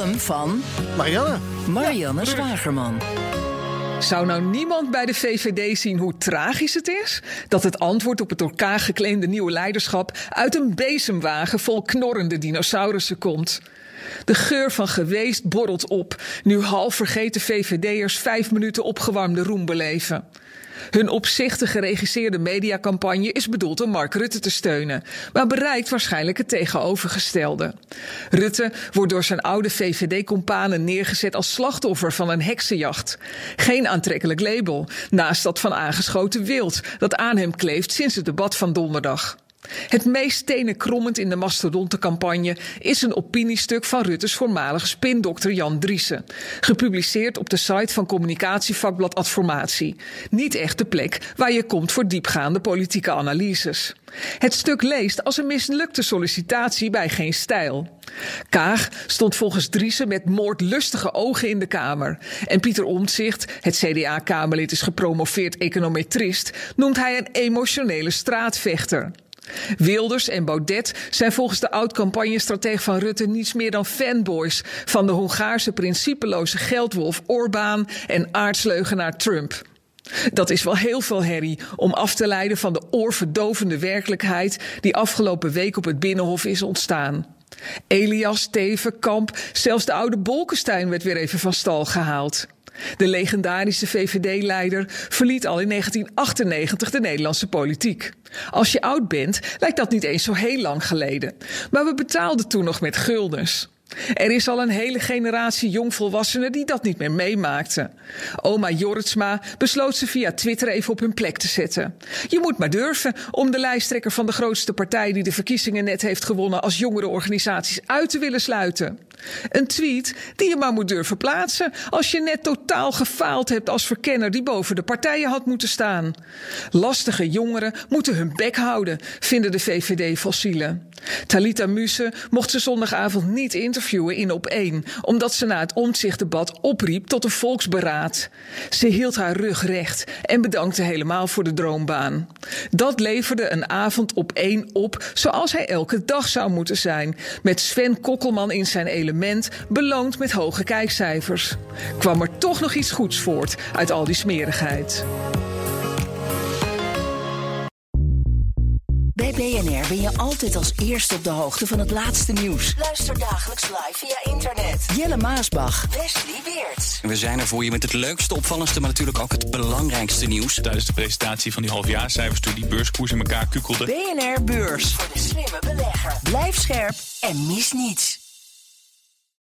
column van Marianne Zwagerman. Zou nou niemand bij de VVD zien hoe tragisch het is? Dat het antwoord op het door Kaag geclaimde nieuwe leiderschap uit een bezemwagen vol knorrende dinosaurussen komt. De geur van geweest borrelt op, nu half vergeten VVD'ers 5 minuten opgewarmde roem beleven. Hun opzichtig geregisseerde mediacampagne is bedoeld om Mark Rutte te steunen, maar bereikt waarschijnlijk het tegenovergestelde. Rutte wordt door zijn oude VVD-companen neergezet als slachtoffer van een heksenjacht. Geen aantrekkelijk label, naast dat van aangeschoten wild, dat aan hem kleeft sinds het debat van donderdag. Het meest tenenkrommend in de mastodontencampagne is een opiniestuk van Rutte's voormalige spindokter Jan Driessen, gepubliceerd op de site van communicatievakblad Adformatie. Niet echt de plek waar je komt voor diepgaande politieke analyses. Het stuk leest als een mislukte sollicitatie bij Geen Stijl. Kaag stond volgens Driessen met moordlustige ogen in de Kamer. En Pieter Omtzigt, het CDA-Kamerlid is gepromoveerd econometrist, noemt hij een emotionele straatvechter. Wilders en Baudet zijn volgens de oud-campagnestratege van Rutte niets meer dan fanboys van de Hongaarse principeloze geldwolf Orbán en aardsleugenaar Trump. Dat is wel heel veel herrie om af te leiden van de oorverdovende werkelijkheid die afgelopen week op het Binnenhof is ontstaan. Elias, Teven, Kamp, zelfs de oude Bolkestein werd weer even van stal gehaald. De legendarische VVD-leider verliet al in 1998 de Nederlandse politiek. Als je oud bent, lijkt dat niet eens zo heel lang geleden. Maar we betaalden toen nog met guldens. Er is al een hele generatie jongvolwassenen die dat niet meer meemaakten. Oma Jorritsma besloot ze via Twitter even op hun plek te zetten. Je moet maar durven om de lijsttrekker van de grootste partij die de verkiezingen net heeft gewonnen als jongerenorganisaties uit te willen sluiten. Een tweet die je maar moet durven plaatsen als je net totaal gefaald hebt als verkenner die boven de partijen had moeten staan. Lastige jongeren moeten hun bek houden, vinden de VVD-fossielen. Talita Muse mocht ze zondagavond niet interviewen in Op1, omdat ze na het Omtzigt-debat opriep tot een volksberaad. Ze hield haar rug recht en bedankte helemaal voor de droombaan. Dat leverde een avond Op1 op zoals hij elke dag zou moeten zijn, met Sven Kokkelman in zijn element, beloond met hoge kijkcijfers. Kwam er toch nog iets goeds voort uit al die smerigheid. Bij BNR ben je altijd als eerste op de hoogte van het laatste nieuws. Luister dagelijks live via internet. Jelle Maasbach. Wesley Weerts. We zijn er voor je met het leukste, opvallendste, maar natuurlijk ook het belangrijkste nieuws. Tijdens de presentatie van die halfjaarcijfers toen die beurskoers in elkaar kukkelde. BNR Beurs. Voor de slimme belegger. Blijf scherp en mis niets.